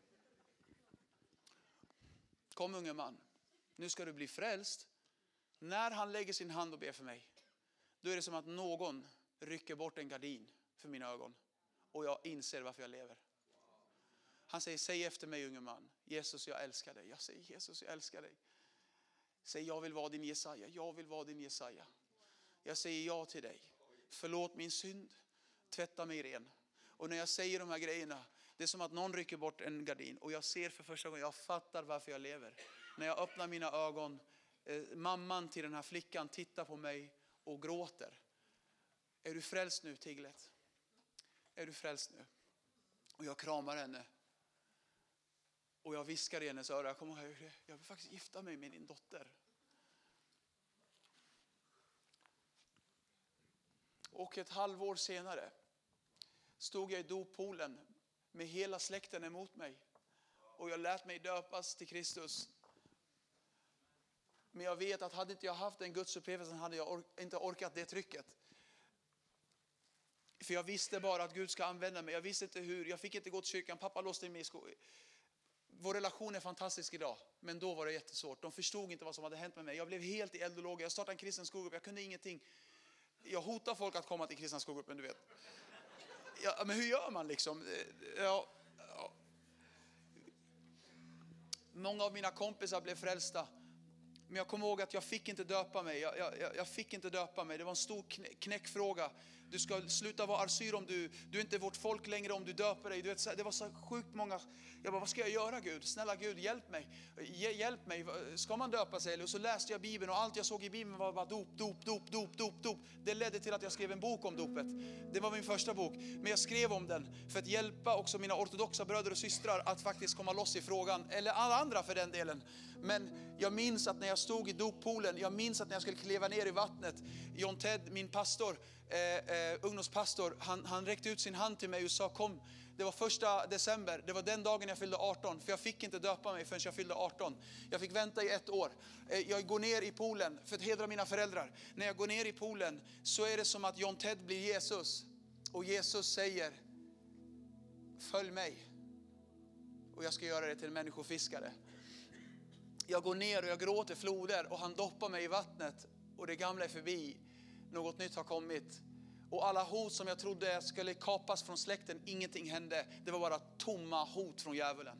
Kom unge man, nu ska du bli frälst. När han lägger sin hand och ber för mig, då är det som att någon rycker bort en gardin för mina ögon. Och jag inser varför jag lever. Han säger, säg efter mig unge man. Jesus, jag älskar dig. Jag säger, Jesus, jag älskar dig. Säg, jag vill vara din Jesaja. Jag vill vara din Jesaja. Jag säger ja till dig. Förlåt min synd. Tvätta mig ren. Och när jag säger de här grejerna, det är som att någon rycker bort en gardin. Och jag ser för första gången, jag fattar varför jag lever. När jag öppnar mina ögon, eh, mamman till den här flickan tittar på mig och gråter. Är du frälst nu, Tiglet? Är du frälst nu? Och jag kramar henne. Och jag viskar i hennes öra. Jag kommer ihåg, jag vill faktiskt gifta mig med din dotter. Och ett halvår senare stod jag i doppoolen med hela släkten emot mig. Och jag lät mig döpas till Kristus. Men jag vet att hade inte jag haft den gudsupplevelsen hade jag or- inte orkat det trycket. För jag visste bara att Gud ska använda mig. Jag visste inte hur. Jag fick inte gå till kyrkan. Pappa låste in mig i skolan. Vår relation är fantastisk idag. Men då var det jättesvårt. De förstod inte vad som hade hänt med mig. Jag blev helt i eld och låga. Jag startade en kristen skolgrupp. Jag kunde ingenting. Jag hotar folk att komma till kristna skolgruppen, du vet. Ja, men hur gör man liksom? Ja, ja. Många av mina kompisar blev frälsta. Men jag kommer ihåg att jag fick inte döpa mig. Jag, jag, jag fick inte döpa mig. Det var en stor knäckfråga. Du ska sluta vara arsyr om du, du är inte vårt folk längre om du döper dig. Du vet, det var så sjukt många. Jag bara, vad ska jag göra Gud? Snälla Gud, hjälp mig. Hjälp mig. Ska man döpa sig? Och så läste jag Bibeln och allt jag såg i Bibeln var bara dop, dop, dop, dop, dop, dop. Det ledde till att jag skrev en bok om dopet. Det var min första bok. Men jag skrev om den för att hjälpa också mina ortodoxa bröder och systrar att faktiskt komma loss i frågan. Eller alla andra för den delen. Men jag minns att när jag stod i doppoolen, jag minns att när jag skulle kliva ner i vattnet, John Ted, min pastor, eh, eh, ungdomspastor, han, han räckte ut sin hand till mig och sa kom. Det var första december, det var den dagen jag fyllde arton, för jag fick inte döpa mig förrän jag fyllde arton. Jag fick vänta i ett år. Eh, jag går ner i poolen för att hedra mina föräldrar. När jag går ner i poolen så är det som att John Ted blir Jesus. Och Jesus säger, följ mig. Och jag ska göra det till en människofiskare. Jag går ner och jag gråter floder och han doppar mig i vattnet. Och det gamla är förbi. Något nytt har kommit. Och alla hot som jag trodde skulle kapas från släkten, ingenting hände. Det var bara tomma hot från djävulen.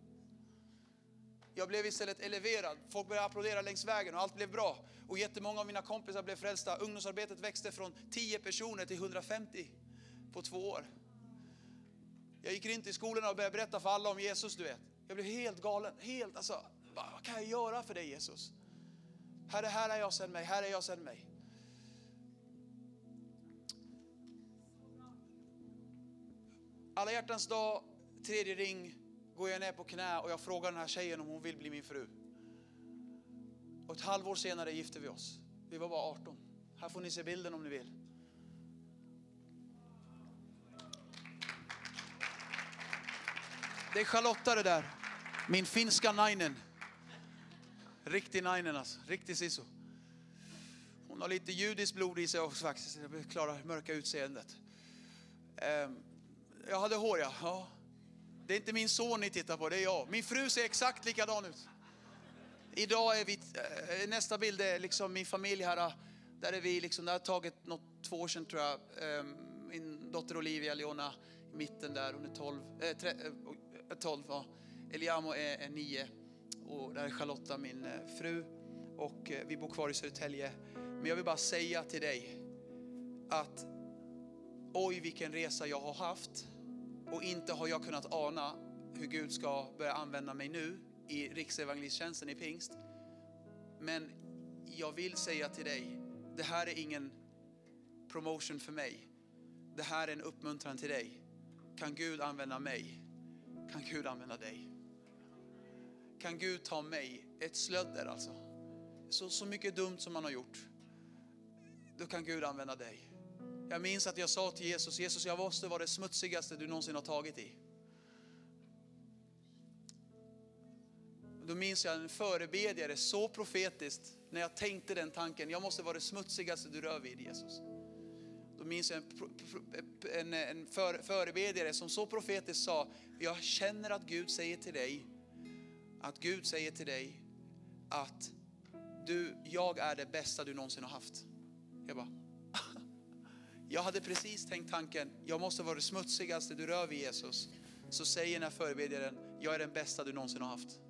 Jag blev istället eleverad. Folk började applådera längs vägen och allt blev bra. Och jättemånga av mina kompisar blev frälsta. Ungdomsarbetet växte från tio personer till hundrafemtio på två år. Jag gick runt i skolorna och började berätta för alla om Jesus, du vet. Jag blev helt galen. Helt, alltså, vad kan jag göra för dig Jesus? Herre, här är jag sen mig. Här är jag sen mig. Alla hjärtans dag, tredje ring, går jag ner på knä och jag frågar den här tjejen om hon vill bli min fru. Och ett halvår senare gifte vi oss. Vi var bara arton. Här får ni se bilden om ni vill. Det är Charlotta det där. Min finska nainen. Riktig nainen alltså. Riktig siso. Hon har lite judiskt blod i sig också faktiskt. Jag klarar mörka utseendet. Um, jag hade hår, ja. ja. Det är inte min son ni tittar på, det är jag. Min fru ser exakt likadan ut. Idag är vi, äh, nästa bild är liksom min familj här. Där är vi liksom, det har tagit något, två år sedan tror jag. Um, min dotter Olivia, Leona, i mitten där. Hon är tolv. Äh, tre, äh, tolv, ja. Eliamo är, är nio. Och där är Charlotta, min äh, fru. Och äh, vi bor kvar i Södertälje. Men jag vill bara säga till dig att oj vilken resa jag har haft. Och inte har jag kunnat ana hur Gud ska börja använda mig nu i riksevangelisttjänsten i Pingst. Men jag vill säga till dig, det här är ingen promotion för mig. Det här är en uppmuntran till dig. Kan Gud använda mig? Kan Gud använda dig? Kan Gud ta mig? Ett slödder alltså. Så, så mycket dumt som man har gjort. Då kan Gud använda dig. Jag minns att jag sa till Jesus, Jesus jag måste vara det smutsigaste du någonsin har tagit i. Då minns jag en förebedjare så profetiskt när jag tänkte den tanken. Jag måste vara det smutsigaste du rör vid Jesus. Då minns jag en, en, en för, förebedjare som så profetiskt sa, jag känner att Gud säger till dig, att Gud säger till dig att du, jag är det bästa du någonsin har haft. Jag bara, jag hade precis tänkt tanken, jag måste vara det smutsigaste du rör vid Jesus. Så säger den här förebedjaren, jag är den bästa du någonsin har haft.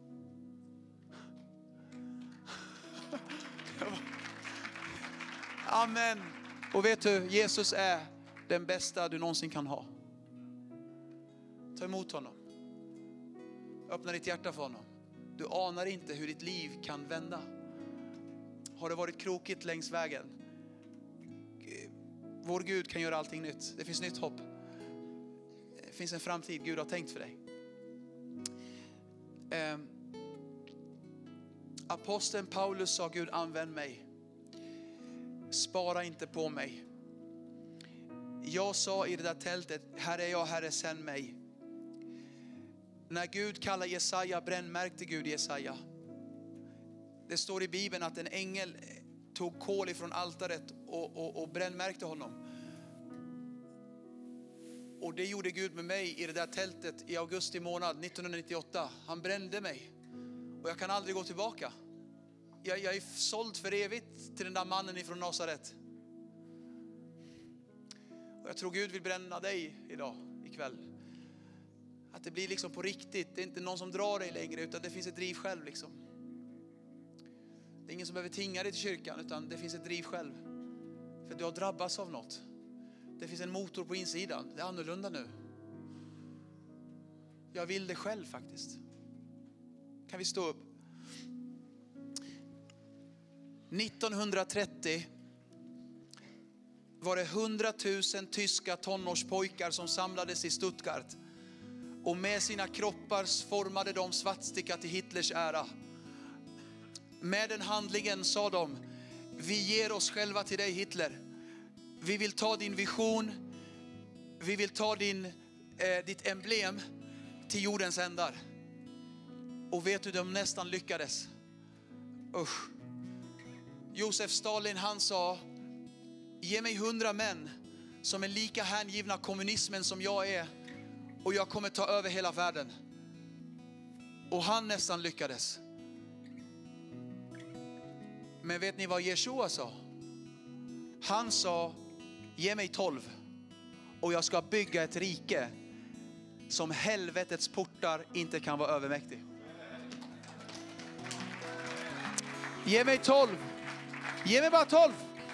Amen. Och vet du, Jesus är den bästa du någonsin kan ha. Ta emot honom. Öppna ditt hjärta för honom. Du anar inte hur ditt liv kan vända. Har det varit krokigt längs vägen? Vår Gud kan göra allting nytt. Det finns nytt hopp. Det finns en framtid Gud har tänkt för dig. Eh, Aposteln Paulus sa, Gud använd mig. Spara inte på mig. Jag sa i det där tältet, här är jag, Herre, sänd mig. När Gud kallar Jesaja, brännmärkte Gud Jesaja. Det står i Bibeln att en ängel tog kol ifrån altaret och, och, och brännmärkte honom. Och det gjorde Gud med mig i det där tältet i augusti månad nittonhundranittioåtta. Han brände mig. Och jag kan aldrig gå tillbaka. Jag, jag är såld för evigt till den där mannen ifrån Nasaret. Och jag tror Gud vill bränna dig idag, ikväll. Att det blir liksom på riktigt. Det är inte någon som drar dig längre, utan det finns ett driv själv liksom. Det är ingen som behöver tinga dig till kyrkan, utan det finns ett driv själv. För du har drabbats av något. Det finns en motor på insidan. Det är annorlunda nu. Jag vill det själv faktiskt. Kan vi stå upp? nittonhundratrettio var det hundratusen tyska tonårspojkar som samlades i Stuttgart. Och med sina kroppar formade de svartsticka till Hitlers ära. Med den handlingen sa de, vi ger oss själva till dig Hitler. Vi vill ta din vision. Vi vill ta din, eh, ditt emblem till jordens ändar. Och vet du, de nästan lyckades. Usch. Josef Stalin, han sa, ge mig hundra män som är lika hängivna kommunismen som jag är. Och jag kommer ta över hela världen. Och han nästan lyckades. Men vet ni vad Jeshua sa? Han sa, ge mig tolv. Och jag ska bygga ett rike som helvetets portar inte kan vara övermäktig. Ge mig tolv. Ge mig bara tolv.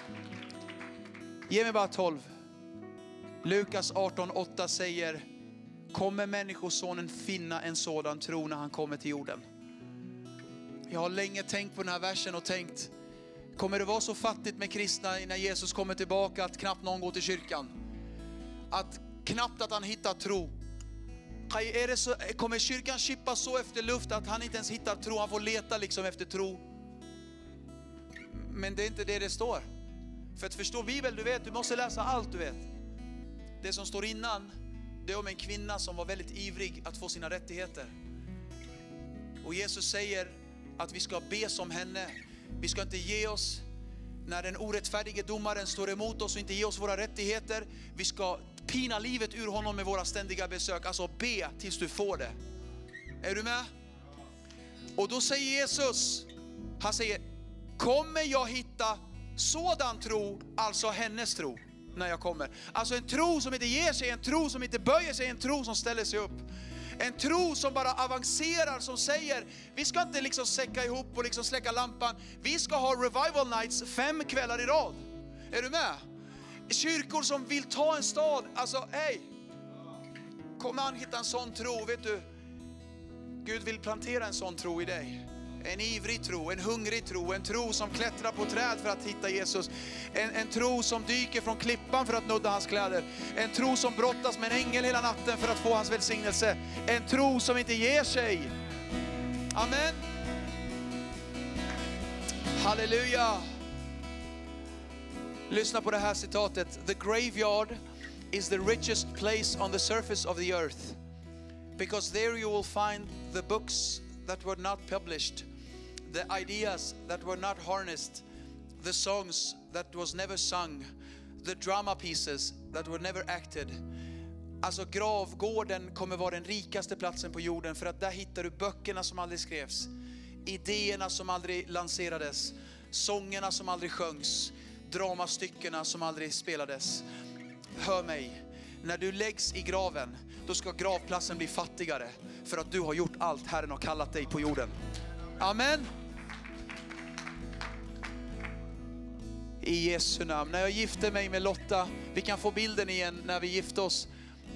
Ge mig bara tolv. Lukas arton åtta säger, kommer människosonen finna en sådan tro när han kommer till jorden? Jag har länge tänkt på den här versen och tänkt, kommer det vara så fattigt med kristna när Jesus kommer tillbaka att knappt någon går till kyrkan? Att knappt att han hittar tro. Är det så, kommer kyrkan chippa så efter luft att han inte ens hittar tro? Han får leta liksom efter tro. Men det är inte det det står. För att förstå Bibeln, du vet, du måste läsa allt du vet. Det som står innan, det är om en kvinna som var väldigt ivrig att få sina rättigheter. Och Jesus säger att vi ska be som henne. Vi ska inte ge oss när den orättfärdige domaren står emot oss och inte ge oss våra rättigheter. Vi ska pina livet ur honom med våra ständiga besök. Alltså be tills du får det. Är du med? Och då säger Jesus, han säger, kommer jag hitta sådan tro, alltså hennes tro, när jag kommer? Alltså en tro som inte ger sig, en tro som inte böjer sig, en tro som ställer sig upp. En tro som bara avancerar, som säger, vi ska inte liksom säcka ihop och liksom släcka lampan. Vi ska ha revival nights fem kvällar i rad. Är du med? Kyrkor som vill ta en stad. Alltså, hej. Kom an, hitta en sån tro, vet du. Gud vill plantera en sån tro i dig. En ivrig tro, en hungrig tro, en tro som klättrar på träd för att hitta Jesus. En, en tro som dyker från klippan för att nudda hans kläder. En tro som brottas med en ängel hela natten för att få hans välsignelse. En tro som inte ger sig. Amen. Halleluja. Lyssna på det här citatet. The graveyard is the richest place on the surface of the earth. Because there you will find the books that were not published, the ideas that were not harnessed, the songs that was never sung, the drama pieces that were never acted. Alltså gravgården kommer vara den rikaste platsen på jorden, för att där hittar du böckerna som aldrig skrevs, idéerna som aldrig lanserades, sångerna som aldrig sjöngs, dramastyckena som aldrig spelades. Hör mig, när du läggs i graven, då ska gravplatsen bli fattigare, för att du har gjort allt Herren har kallat dig på jorden. Amen. I Jesu namn. När jag gifte mig med Lotta, vi kan få bilden igen när vi gifte oss.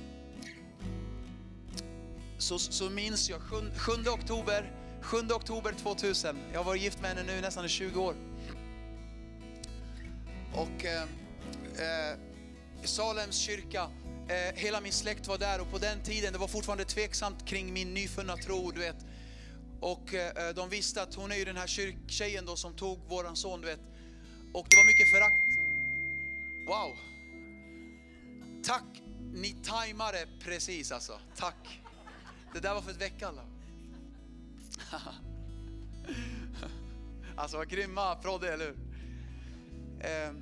Så, så minns jag sjunde oktober tvåtusen. Jag har varit gift med henne nu nästan tjugo år. Och eh, eh, Salems kyrka. Eh, hela min släkt var där, och på den tiden det var fortfarande tveksamt kring min nyfunna tro, du vet. Och eh, de visste att hon är ju den här kyrktjejen då som tog våran son, du vet. Och det var mycket förakt. Wow. Tack, ni tajmade precis alltså. Tack. Det där var för ett vecka alla. Alltså vad grymma prodde, eller hur? Eh,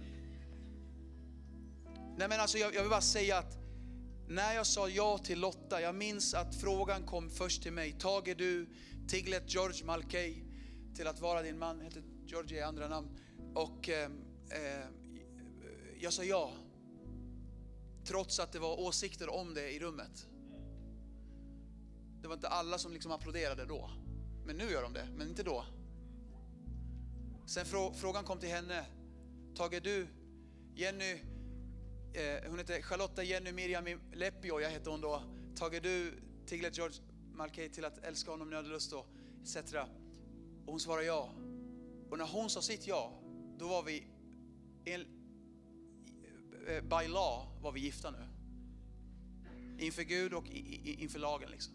nej men alltså jag, jag vill bara säga att när jag sa ja till Lotta, jag minns att frågan kom först till mig. Tager du Tiglet George Malkey till att vara din man? Heter George i andra namn. Och eh, eh, jag sa ja. Trots att det var åsikter om det i rummet. Det var inte alla som liksom applåderade då. Men nu gör de det, men inte då. Sen frå, frågan kom till henne. Tager du Jenny, eh, hon heter Charlotta Jenny Miriam Lepio, jag heter hon då. Tager du Tiglet George Malkey till att älska honom nödlust och et cetera. Och hon svarade ja. Och när hon sa sitt ja, då var vi en, eh, by law var vi gifta nu. Inför Gud och i, i, inför lagen liksom.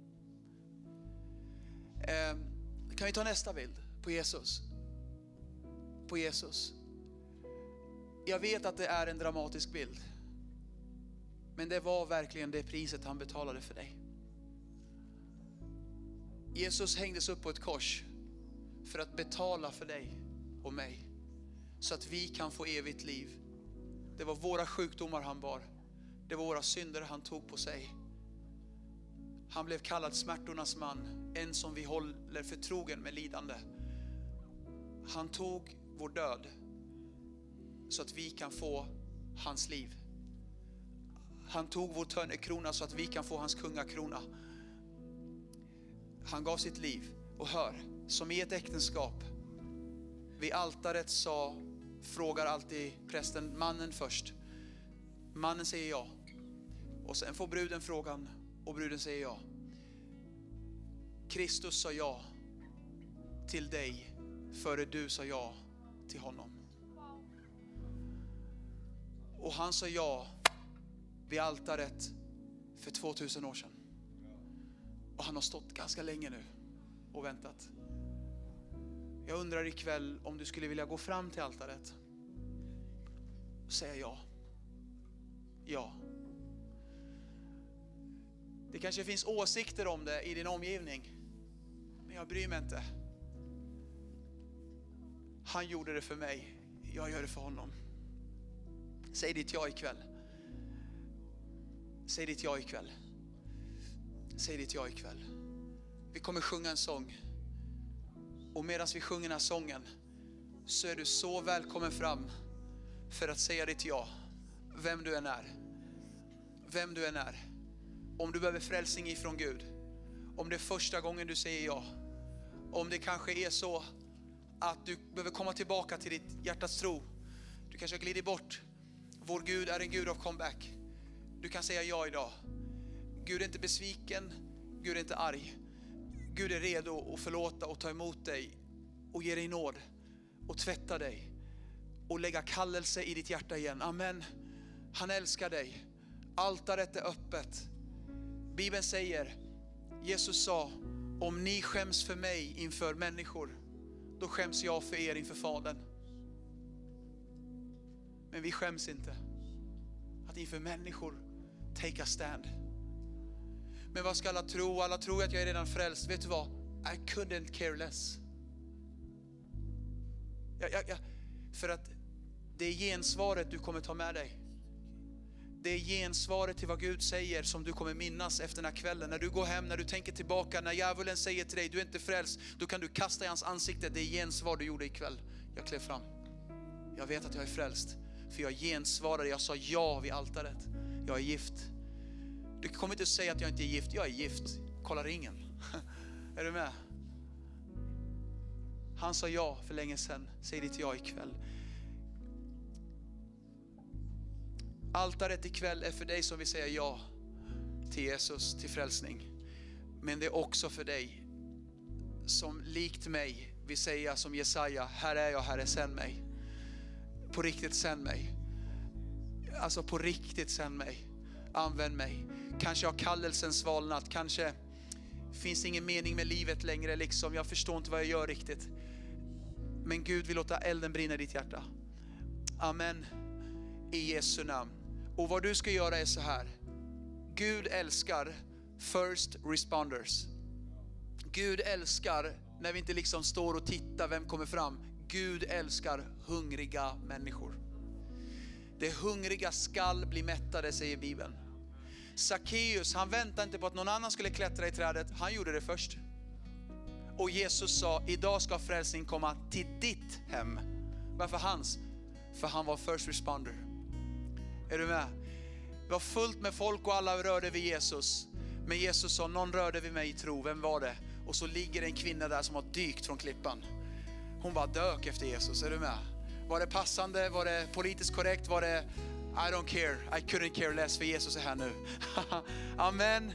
Eh, kan vi ta nästa bild på Jesus? På Jesus. Jag vet att det är en dramatisk bild. Men det var verkligen det priset han betalade för dig. Jesus hängdes upp på ett kors för att betala för dig och mig. Så att vi kan få evigt liv. Det var våra sjukdomar han bar. Det var våra synder han tog på sig. Han blev kallad smärtornas man. En som vi håller förtrogen med lidande. Han tog vår död så att vi kan få hans liv. Han tog vår törnekrona så att vi kan få hans kungakrona. Han gav sitt liv. Och hör, som i ett äktenskap. Vid altaret sa, frågar alltid prästen mannen först. Mannen säger ja. Och sen får bruden frågan och bruden säger ja. Kristus sa ja till dig före du sa ja till honom. Och han sa ja vid altaret för tvåtusen år sedan. Och han har stått ganska länge nu och väntat. Jag undrar ikväll om du skulle vilja gå fram till altaret och säga ja. Ja. Det kanske finns åsikter om det i din omgivning. Men jag bryr mig inte. Han gjorde det för mig. Jag gör det för honom. Säg ditt ja ikväll. Säg ditt ja ikväll. Säg ditt ja ikväll. Vi kommer sjunga en sång. Och medan vi sjunger den här sången så är du så välkommen fram för att säga ditt ja. Vem du än är. Vem du än är. Om du behöver frälsning ifrån Gud. Om det är första gången du säger ja. Om det kanske är så att du behöver komma tillbaka till ditt hjärtats tro. Du kanske glider bort. Vår Gud är en Gud av comeback. Du kan säga ja idag. Gud är inte besviken. Gud är inte arg. Gud är redo att förlåta och ta emot dig. Och ge dig nåd. Och tvätta dig. Och lägga kallelse i ditt hjärta igen. Amen. Han älskar dig. Altaret är öppet. Bibeln säger. Jesus sa. Om ni skäms för mig inför människor. Då skäms jag för er inför Fadern. Men vi skäms inte. Att inför människor take a stand. Men vad ska alla tro? Alla tror att jag är redan frälst. Vet du vad? I couldn't care less. Jag, jag, jag, för att det är gensvaret du kommer ta med dig. Det är gensvaret till vad Gud säger som du kommer minnas efter den här kvällen. När du går hem, när du tänker tillbaka, när djävulen säger till dig, du är inte frälst. Då kan du kasta i hans ansikte. Det är gensvar du gjorde ikväll. Jag klev fram. Jag vet att jag är frälst. För jag gensvarade, jag sa ja vid altaret. Jag är gift. Du kommer inte säga att jag inte är gift. Jag är gift. Kolla ringen. Är du med? Han sa ja för länge sedan. Säg det till jag ikväll. Altaret ikväll är för dig som vill säga ja till Jesus, till frälsning. Men det är också för dig som likt mig vill säga som Jesaja, här är jag, Herre, sänd mig. På riktigt, sänd mig. Alltså på riktigt, sänd mig. Använd mig. Kanske har kallelsen svalnat. Kanske finns ingen mening med livet längre. Liksom. Jag förstår inte vad jag gör riktigt. Men Gud vill låta elden brinna i ditt hjärta. Amen. I Jesu namn. Och vad du ska göra är så här. Gud älskar first responders. Gud älskar när vi inte liksom står och tittar vem kommer fram. Gud älskar hungriga människor. Det hungriga skall bli mättade, säger Bibeln. Zacchaeus, han väntade inte på att någon annan skulle klättra i trädet. Han gjorde det först. Och Jesus sa, idag ska frälsning komma till ditt hem. Varför hans? För han var first responder. Är du med? Det var fullt med folk och alla rörde vid Jesus. Men Jesus sa, någon rörde vid mig i tro. Vem var det? Och så ligger en kvinna där som har dykt från klippan. Hon bara dök efter Jesus. Är du med? Var det passande? Var det politiskt korrekt? Var det I don't care, I couldn't care less, för Jesus är här nu. Amen.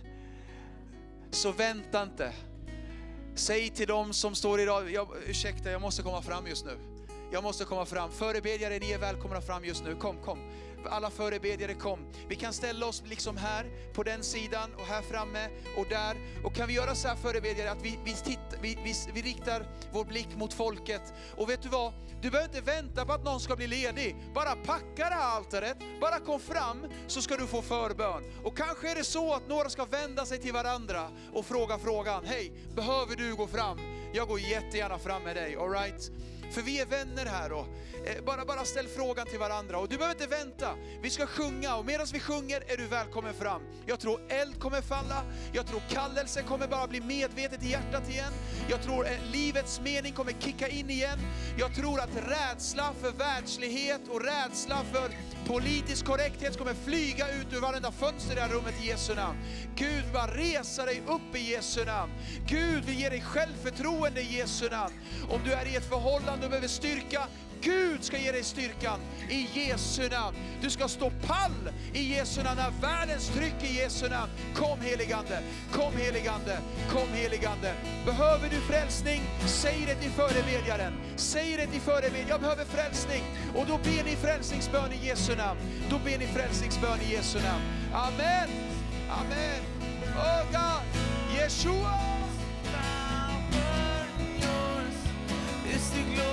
Så vänta inte. Säg till dem som står idag, jag, ursäkta, jag måste komma fram just nu. Jag måste komma fram. Förebedjare, ni är välkomna fram just nu. Kom, kom. Alla förebedjare, kom. Vi kan ställa oss liksom här på den sidan och här framme och där. Och kan vi göra så här, förebedjare, att vi, vi, tittar, vi, vi, vi riktar vår blick mot folket. Och vet du vad? Du behöver inte vänta på att någon ska bli ledig. Bara packa det här altaret. Bara kom fram så ska du få förbön. Och kanske är det så att några ska vända sig till varandra och fråga frågan. Hej, behöver du gå fram? Jag går jättegärna fram med dig, all right? För vi är vänner här och eh, bara, bara ställ frågan till varandra. Och du behöver inte vänta. Vi ska sjunga och medan vi sjunger är du välkommen fram. Jag tror eld kommer falla. Jag tror kallelse kommer bara bli medvetet i hjärtat igen. Jag tror eh, livets mening kommer kicka in igen. Jag tror att rädsla för världslighet och rädsla för politisk korrekthet kommer flyga ut ur varenda fönster i det här rummet i Jesu namn. Gud vill bara resa dig upp i Jesu namn. Gud vill ge dig självförtroende i Jesu namn. Om du är i ett förhållande och behöver styrka, Gud ska ge dig styrkan i Jesu namn. Du ska stå pall i Jesu namn när världens tryck i Jesu namn. Kom heligande, kom heligande, kom heligande. Behöver du frälsning? Säg det till förebedjaren. Säg det till förebedjaren. Jag behöver frälsning. Och då ber ni frälsningsbön i Jesu namn. Då ber ni frälsningsbön i Jesu namn. Amen. Amen. Oh God. Yeshua. Is the glory.